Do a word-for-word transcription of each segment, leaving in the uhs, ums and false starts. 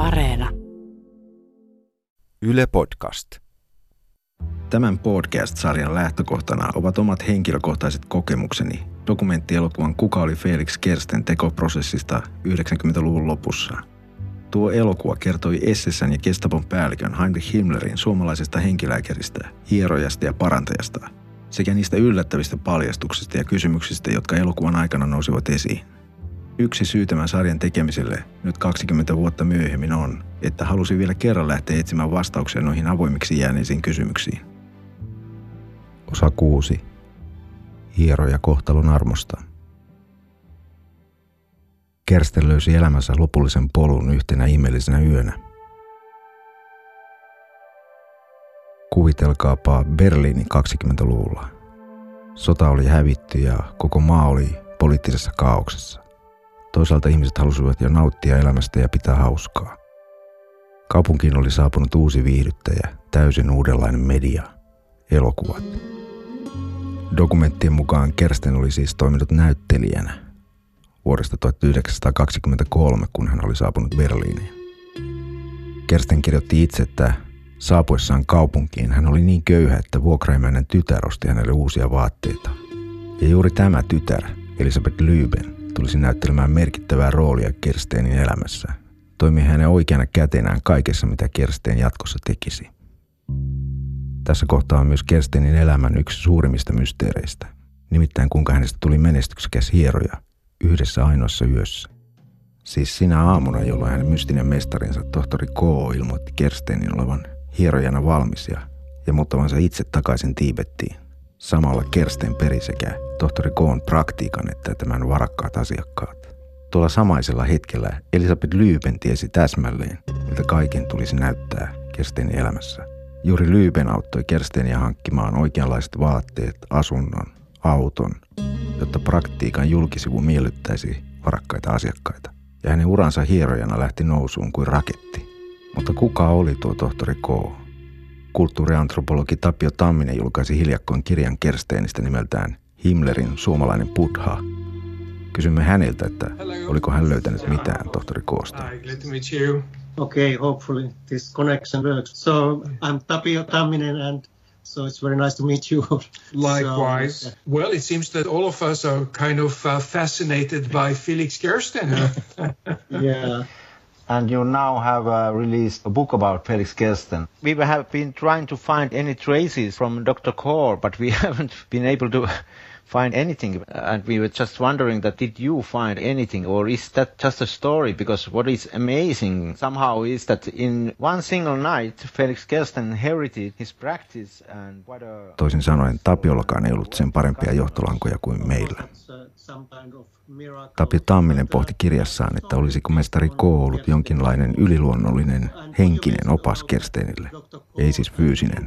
Areena. Yle Podcast. Tämän podcast-sarjan lähtökohtana ovat omat henkilökohtaiset kokemukseni dokumenttielokuvan Kuka oli Felix Kersten tekoprosessista yhdeksänkymmentäluvun lopussa. Tuo elokuva kertoi S S:n ja Gestapon päällikön Heinrich Himmlerin suomalaisesta henkilääkäristä, hierojasta ja parantajasta, sekä niistä yllättävistä paljastuksista ja kysymyksistä, jotka elokuvan aikana nousivat esiin. Yksi syy tämän sarjan tekemiselle nyt kaksikymmentä vuotta myöhemmin on, että halusin vielä kerran lähteä etsimään vastauksia noihin avoimiksi jääneisiin kysymyksiin. Osa kuusi. Hieroja kohtalon armosta. Kersten löysi elämänsä lopullisen polun yhtenä ihmeellisenä yönä. Kuvitelkaapa Berliinin kaksikymmentäluvulla. Sota oli hävitty ja koko maa oli poliittisessa kaauksessa. Toisaalta ihmiset halusivat jo nauttia elämästä ja pitää hauskaa. Kaupunkiin oli saapunut uusi viihdyttäjä, täysin uudenlainen media, elokuvat. Dokumenttien mukaan Kersten oli siis toiminut näyttelijänä vuodesta tuhatyhdeksänsataakaksikymmentäkolme, kun hän oli saapunut Berliiniin. Kersten kirjoitti itse, että saapuessaan kaupunkiin hän oli niin köyhä, että vuokraimäinen tytär osti hänelle uusia vaatteita. Ja juuri tämä tytär, Elisabeth Lüben, tulisi näyttelemään merkittävää roolia Kerstenin elämässä. Toimi hänen oikeana kätenään kaikessa, mitä Kersten jatkossa tekisi. Tässä kohtaa on myös Kerstenin elämän yksi suurimmista mysteereistä. Nimittäin kuinka hänestä tuli menestyksekäs hieroja yhdessä ainoassa yössä. Siis sinä aamuna, jolloin hänen mystinen mestarinsa tohtori K. ilmoitti Kerstenin olevan hierojana valmis ja, ja muuttavansa itse takaisin Tiibettiin. Samalla Kersten peri sekä tohtori K:n praktiikan että tämän varakkaat asiakkaat. Tuolla samaisella hetkellä Elisabeth Lüben tiesi täsmälleen, miltä kaiken tulisi näyttää Kerstenin elämässä. Juuri Lüben auttoi Kersteniä hankkimaan oikeanlaiset vaatteet, asunnon, auton, jotta praktiikan julkisivu miellyttäisi varakkaita asiakkaita. Ja hänen uransa hierojana lähti nousuun kuin raketti. Mutta kuka oli tuo tohtori K? Kulttuuriantropologi Tapio Tamminen julkaisi hiljakkoin kirjan Kerstenistä nimeltään Himmlerin suomalainen Buddha. Kysymme häneltä, että oliko hän löytänyt mitään tohtori K:sta. Okay, hopefully this connection works. So I'm Tapio Tamminen and so it's very nice to meet you. Likewise. So, well, it seems that all of us are kind of uh, fascinated by Felix Kersten. Yeah. And you now have uh, released a book about Felix Kersten. We have been trying to find any traces from Doctor Kåre, but we haven't been able to find anything. And we were just wondering that did you find anything, or is that just a story? Because what is amazing somehow is that in one single night Felix Kersten inherited his practice and what a... Toisin sanoen Tapiollakaan ei ollut sen parempia johtolankoja kuin meillä. Tapio Tamminen pohti kirjassaan, että olisiko mestari K ollut jonkinlainen yliluonnollinen henkinen opas Kerstenille, ei siis fyysinen.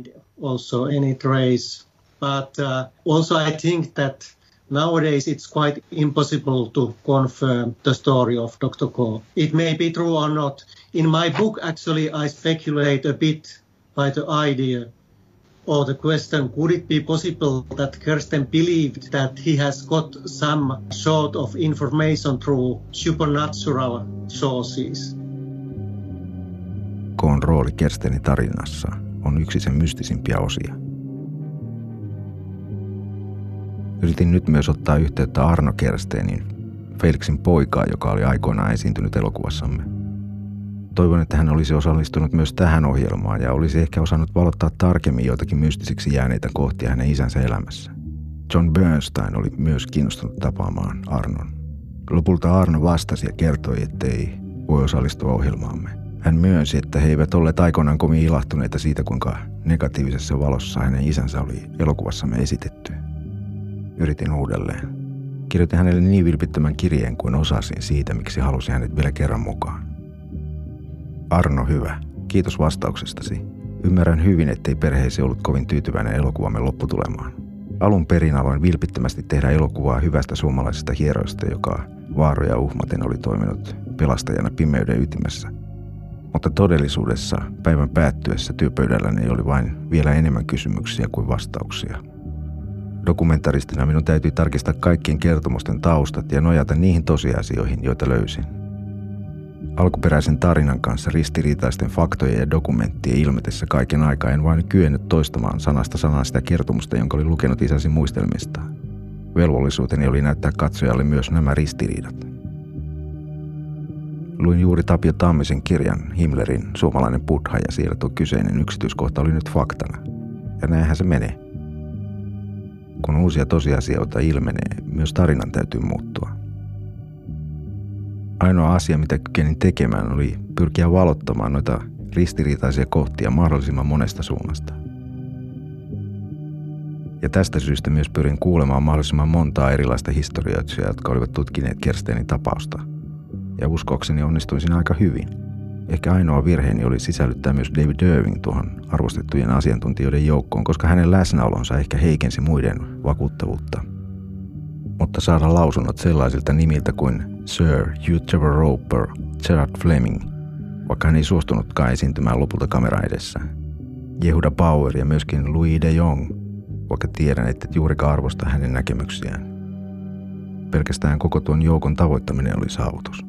But uh, also I think that nowadays it's quite impossible to confirm the story of Doctor K. It may be true or not. In my book, actually, I speculate a bit by the idea or the question, could it be possible that Kersten believed that he has got some sort of information through supernatural sources? K:n rooli Kerstenin tarinassa on yksi sen mystisimpiä osia. Yritin nyt myös ottaa yhteyttä Arno Kerstenin, Felixin poikaa, joka oli aikoinaan esiintynyt elokuvassamme. Toivon, että hän olisi osallistunut myös tähän ohjelmaan ja olisi ehkä osannut valottaa tarkemmin joitakin mystisiksi jääneitä kohtia hänen isänsä elämässä. John Bernstein oli myös kiinnostunut tapaamaan Arnon. Lopulta Arno vastasi ja kertoi, ettei voi osallistua ohjelmaamme. Hän myönsi, että he eivät olleet aikoinaan kovin ilahtuneita siitä, kuinka negatiivisessa valossa hänen isänsä oli elokuvassamme esitetty. Yritin uudelleen. Kirjoitin hänelle niin vilpittömän kirjeen kuin osasin siitä, miksi halusin hänet vielä kerran mukaan. Arno, hyvä. Kiitos vastauksestasi. Ymmärrän hyvin, ettei perheesi ollut kovin tyytyväinen elokuvamme lopputulemaan. Alun perin aloin vilpittömästi tehdä elokuvaa hyvästä suomalaisesta hieroista, joka vaaroja uhmaten oli toiminut pelastajana pimeyden ytimessä. Mutta todellisuudessa päivän päättyessä työpöydälläni oli vain vielä enemmän kysymyksiä kuin vastauksia. Dokumentaristina minun täytyy tarkistaa kaikkien kertomusten taustat ja nojata niihin tosiasioihin, joita löysin. Alkuperäisen tarinan kanssa ristiriitaisten faktojen ja dokumenttien ilmetessä kaiken aikaa en vain kyennyt toistamaan sanasta sanaan sitä kertomusta, jonka olin lukenut isäsi muistelmista. Velvollisuuteni oli näyttää katsojalle myös nämä ristiriidat. Luin juuri Tapio Tammisen kirjan Himmlerin Suomalainen Buddha ja siellä tuo kyseinen yksityiskohta oli nyt faktana. Ja näinhän se menee. Kun uusia tosiasioita ilmenee, myös tarinan täytyy muuttua. Ainoa asia, mitä kykenin tekemään, oli pyrkiä valottamaan noita ristiriitaisia kohtia mahdollisimman monesta suunnasta. Ja tästä syystä myös pyrin kuulemaan mahdollisimman montaa erilaista historioitsijaa, jotka olivat tutkineet Kerstenin tapausta. Ja uskoakseni onnistuin siinä aika hyvin. Ehkä ainoa virheeni oli sisällyttää myös David Irving tuohon arvostettujen asiantuntijoiden joukkoon, koska hänen läsnäolonsa ehkä heikensi muiden vakuuttavuutta. Mutta saada lausunnot sellaisilta nimiltä kuin Sir Hugh Trevor Roper, Gerard Fleming, vaikka hän ei suostunutkaan esiintymään lopulta kameran edessä. Yehuda Bauer ja myöskin Louis de Jong, vaikka tiedän, että juurikaan arvosta hänen näkemyksiään. Pelkästään koko tuon joukon tavoittaminen oli saavutus.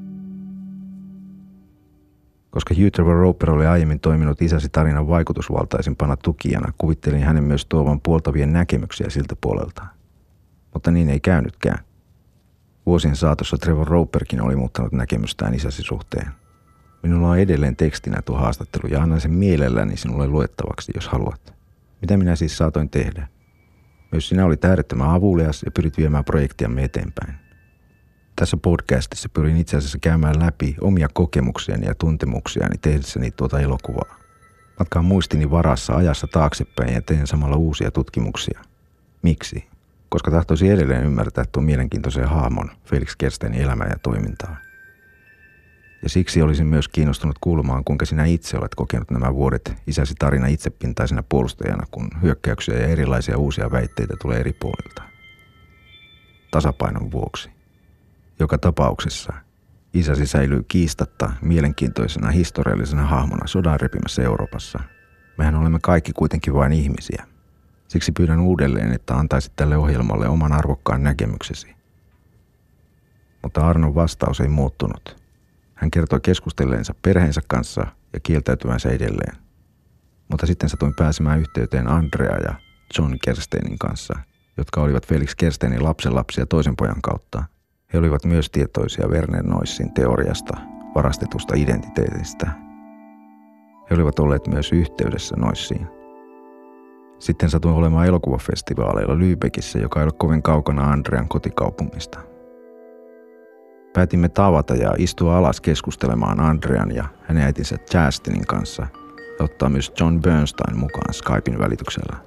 Koska Hugh Trevor Roper oli aiemmin toiminut isäsi tarinan vaikutusvaltaisimpana tukijana, kuvittelin hänen myös tuovan puoltavien näkemyksiä siltä puolelta. Mutta niin ei käynytkään. Vuosien saatossa Trevor Roperkin oli muuttanut näkemystään isäsi suhteen. Minulla on edelleen tekstinä tuo haastattelu ja annan sen mielelläni sinulle luettavaksi, jos haluat. Mitä minä siis saatoin tehdä? Myös sinä olit äärettömän avulias ja pyrit viemään projektiamme eteenpäin. Tässä podcastissa pyrin itse asiassa käymään läpi omia kokemuksiani ja tuntemuksiani tehdessäni tuota elokuvaa. Matkaan muistini varassa ajassa taaksepäin ja teen samalla uusia tutkimuksia. Miksi? Koska tahtoisin edelleen ymmärtää tuon mielenkiintoisen hahmon Felix Kerstenin elämää ja toimintaa. Ja siksi olisin myös kiinnostunut kuulemaan, kuinka sinä itse olet kokenut nämä vuodet isäsi tarina itsepintaisena puolustajana, kun hyökkäyksiä ja erilaisia uusia väitteitä tulee eri puolilta. Tasapainon vuoksi. Joka tapauksessa isäsi säilyy kiistatta mielenkiintoisena historiallisena hahmona sodan repimässä Euroopassa. Mehän olemme kaikki kuitenkin vain ihmisiä. Siksi pyydän uudelleen, että antaisit tälle ohjelmalle oman arvokkaan näkemyksesi. Mutta Arnon vastaus ei muuttunut. Hän kertoi keskustelleensa perheensä kanssa ja kieltäytyvänsä edelleen. Mutta sitten satuin pääsemään yhteyteen Andrea ja John Kerstenin kanssa, jotka olivat Felix Kerstenin lapsenlapsia toisen pojan kautta. He olivat myös tietoisia Werner Neussin teoriasta, varastetusta identiteetistä. He olivat olleet myös yhteydessä Neussiin. Sitten satuin olemaan elokuvafestivaaleilla Lübeckissä, joka ei ole kovin kaukana Andrean kotikaupungista. Päätimme tavata ja istua alas keskustelemaan Andrean ja hänen äitinsä Justinin kanssa ja ottaa myös John Bernstein mukaan Skypein välityksellä.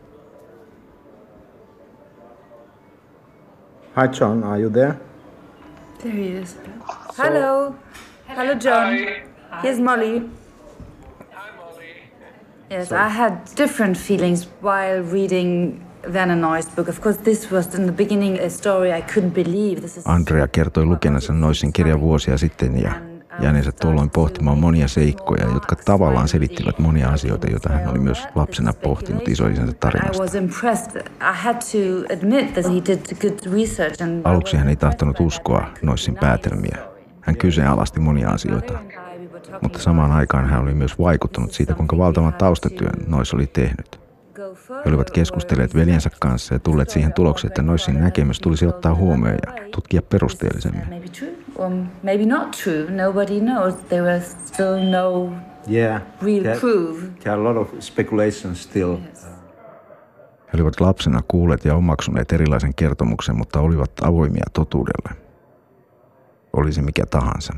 Hi John, are you there? There he is. Hello. Hello, John. Hi. Here's Molly. Hi, Molly. Yes, I had different feelings while reading Werner Neuss' book. Of course, this was in the beginning a story I couldn't believe. This is Andrea kertoi lukeneensa Neussin kirjan vuosia sitten ja jääneensä tuolloin pohtimaan monia seikkoja, jotka tavallaan selittivät monia asioita, joita hän oli myös lapsena pohtinut isoisänsä tarinasta. Aluksi hän ei tahtonut uskoa Neussin päätelmiä. Hän kyseenalaisti monia asioita. Mutta samaan aikaan hän oli myös vaikuttunut siitä, kuinka valtavan taustatyön Neuss oli tehnyt. He olivat keskustelleet veljensä kanssa ja tulleet siihen tulokseen, että Neussin näkemys tulisi ottaa huomioon ja tutkia perusteellisemmin. Or maybe not true. Nobody knows. There was still no Yeah, real there, proof. there are a lot of speculation still. Yes. He olivat lapsena kuulleet ja omaksuneet erilaisen kertomuksen, mutta olivat avoimia totuudelle. Oli se mikä tahansa.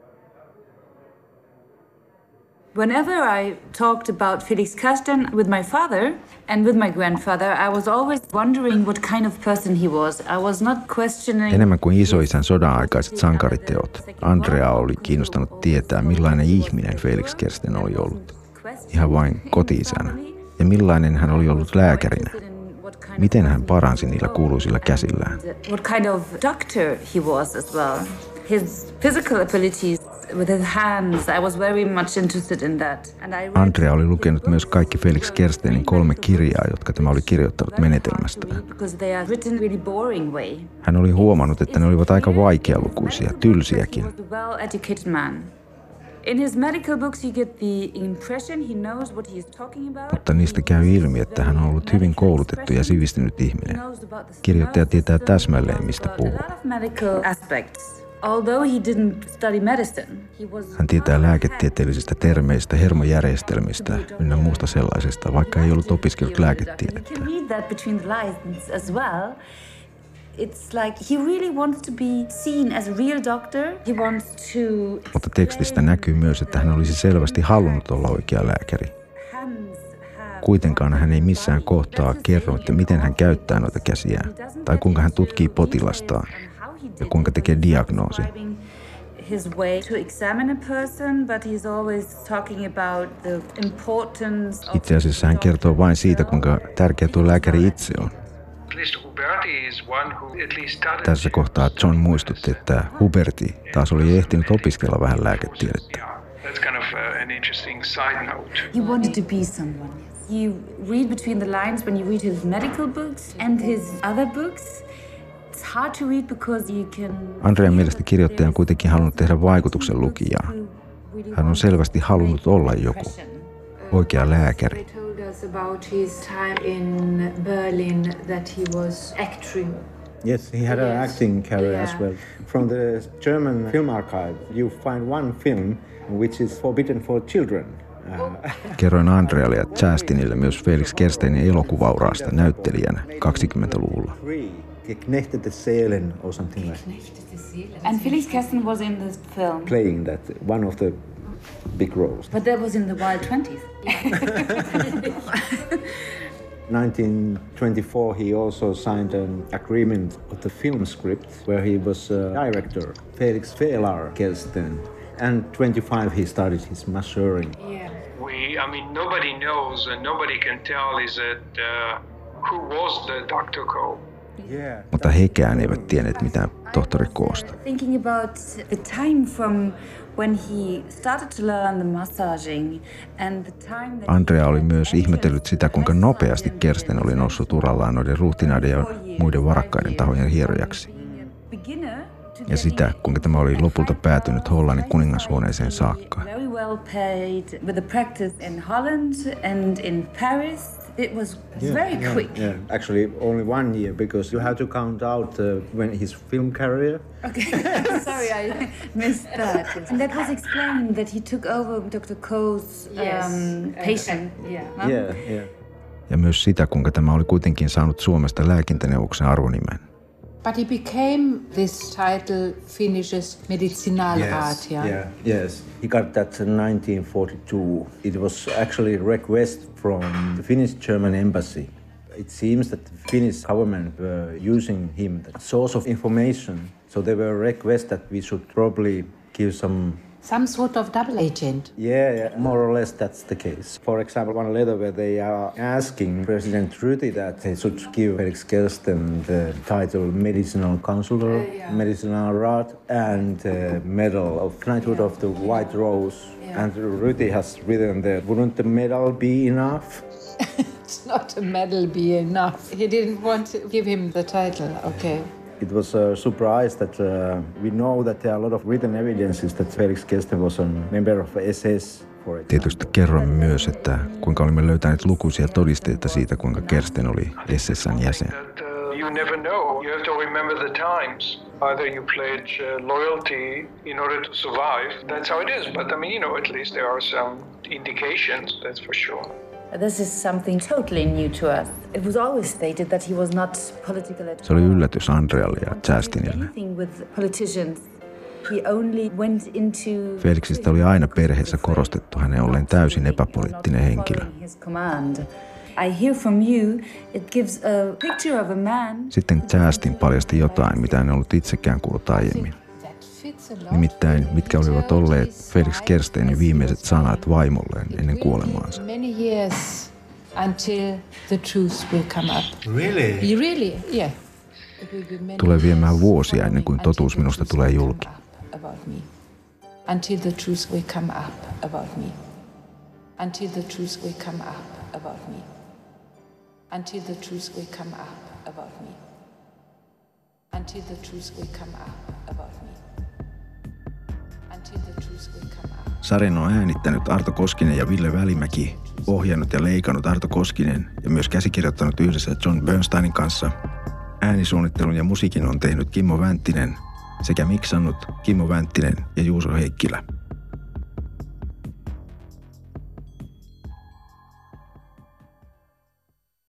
Whenever I talked about Felix Kersten with my father and with my grandfather, I was always wondering what kind of person he was. I was not questioning... Enemmän kuin isoisän sodan aikaiset sankariteot, Andrea oli kiinnostanut tietää, millainen ihminen Felix Kersten oli ollut. Ihan vain koti-isänä. Ja millainen hän oli ollut lääkärinä. Miten hän paransi niillä kuuluisilla käsillään. What kind of doctor he was as well. His physical abilities with his hands, I was very much interested in that. And I Andrea oli lukenut myös kaikki Felix Kerstenin kolme kirjaa, jotka tämä oli kirjoittanut menetelmästään. Hän oli huomannut, että ne olivat aika vaikealukuisia, tylsiäkin. In his medical books you get the impression he knows what he is talking about. Mutta niistä käy ilmi, että hän on ollut hyvin koulutettu ja sivistynyt ihminen. Kirjoittaja tietää täsmälleen, mistä puhuu. Hän tietää lääketieteellisistä termeistä, hermojärjestelmistä ynnä muusta sellaisesta, vaikka ei ollut opiskellut lääketiedettä. It's like he really wants to be seen as a real doctor. He wants to. Mutta tekstistä näkyy myös, että hän olisi selvästi halunnut olla oikea lääkäri. Kuitenkaan hän ei missään kohtaa kerro, että miten hän käyttää noita käsiään, tai kuinka hän tutkii potilastaan ja kuinka tekee diagnoosin. His way to examine a person, but he's always talking about the importance of. Itse asiassa hän kertoo vain siitä, kuinka tärkeä tuo lääkäri itse on. Tässä kohtaa John muistutti, että Huberti taas oli ehtinyt opiskella vähän lääketiedettä. He wanted to be someone. You read between the lines when you read his medical books and his other books. It's hard to read because you can. Andrean mielestä kirjoittaja on kuitenkin halunnut tehdä vaikutuksen lukijaan. Hän on selvästi halunnut olla joku, oikea lääkäri. About his time in Berlin that he was acting. Yes, he had an acting career yeah. as well. From the German film archive, you find one film which is forbidden for children. Uh, Kerroin Andrealle ja Chastinille myös Felix Kersteinin elokuvauraasta näyttelijänä kaksikymmentäluvulla. Geknechtete Seelen or something like that. And Felix Kersten was in this film. Playing that, one of the big roles. But that was in the wild twenties. nineteen twenty-four he also signed an agreement of the film script where he was a director, Felix Felar Kersten. And twenty-five he started his maturing. Yeah. We, I mean, nobody knows and nobody can tell is that uh, who was the doctor Ko. Yeah. Mutta hekään eivät tienneet mitään tohtori Koosta. Thinking about the time from when he started to learn the massaging and the time that Andrea oli myös ihmetellyt sitä, kuinka nopeasti Kersten oli noussut urallaan noiden ruhtinaiden ja muiden varakkaiden tahojen hierojaksi. Ja sitä, kuinka tämä oli lopulta päätynyt Hollannin kuningashuoneeseen saakka. Very well paid with the practice in Holland and in Paris. It was yeah, very yeah, quick. Yeah. Actually, only one year because you have to count out uh, when his film career. Okay, sorry, I missed that. And that was explaining that he took over Doctor Ko's um, yes. patient. Uh, yeah. Huh? Yeah, yeah. Ja myös sitä, kuinka tämä oli kuitenkin saanut Suomesta lääkintäneuvoksen arvonimen. But he became this title Finnish Medicinalrat. Yes, yeah, yes. He got that in nineteen forty-two. It was actually a request from the Finnish-German embassy. It seems that the Finnish government were using him as a source of information. So there were requests that we should probably give some... Some sort of double agent. Yeah, yeah, more or less that's the case. For example, one letter where they are asking President Ryti that they should give Felix Kersten the title Medicinal Counselor, uh, yeah. Medicinalrat, and uh, Medal of Knighthood yeah. of the White Rose. Yeah. And Ryti has written that, wouldn't the medal be enough? It's not a medal be enough. He didn't want to give him the title, okay. It was a surprise that uh, we know that there are a lot of written evidences that Felix Kersten was a member of S S. Tietysti kerroimme myös, että kuinka olimme löytäneet lukuisia todisteita siitä, kuinka Kersten oli S S:n jäsen. You never know. You have to remember the times. Either you pledge uh, loyalty in order to survive. That's how it is. But I mean, you know, at least there are some indications, that's for sure. This is something totally new to us. It was always stated that he was not political at all. Se oli yllätys Andrealle ja Chastinille. Felixistä oli aina perheessä korostettu hänen ollen täysin epäpoliittinen henkilö. Sitten Chastin paljasti jotain, mitä en ollut itsekään kuullut aiemmin. Nimittäin, mitkä olivat olleet Felix Kersteinin viimeiset sanat vaimolleen ennen kuolemaansa. Really? Really? Yeah. Tulee viemään vuosia ennen kuin totuus minusta tulee julki. Until the truth will come up about me. Until the truth will come up about me. Until the truth will come up about me. Until the truth will come up about me. Sarjan on äänittänyt Arto Koskinen ja Ville Välimäki, ohjannut ja leikannut Arto Koskinen ja myös käsikirjoittanut yhdessä John Bernsteinin kanssa. Äänisuunnittelun ja musiikin on tehnyt Kimmo Vänttinen sekä miksannut Kimmo Vänttinen ja Juuso Heikkilä.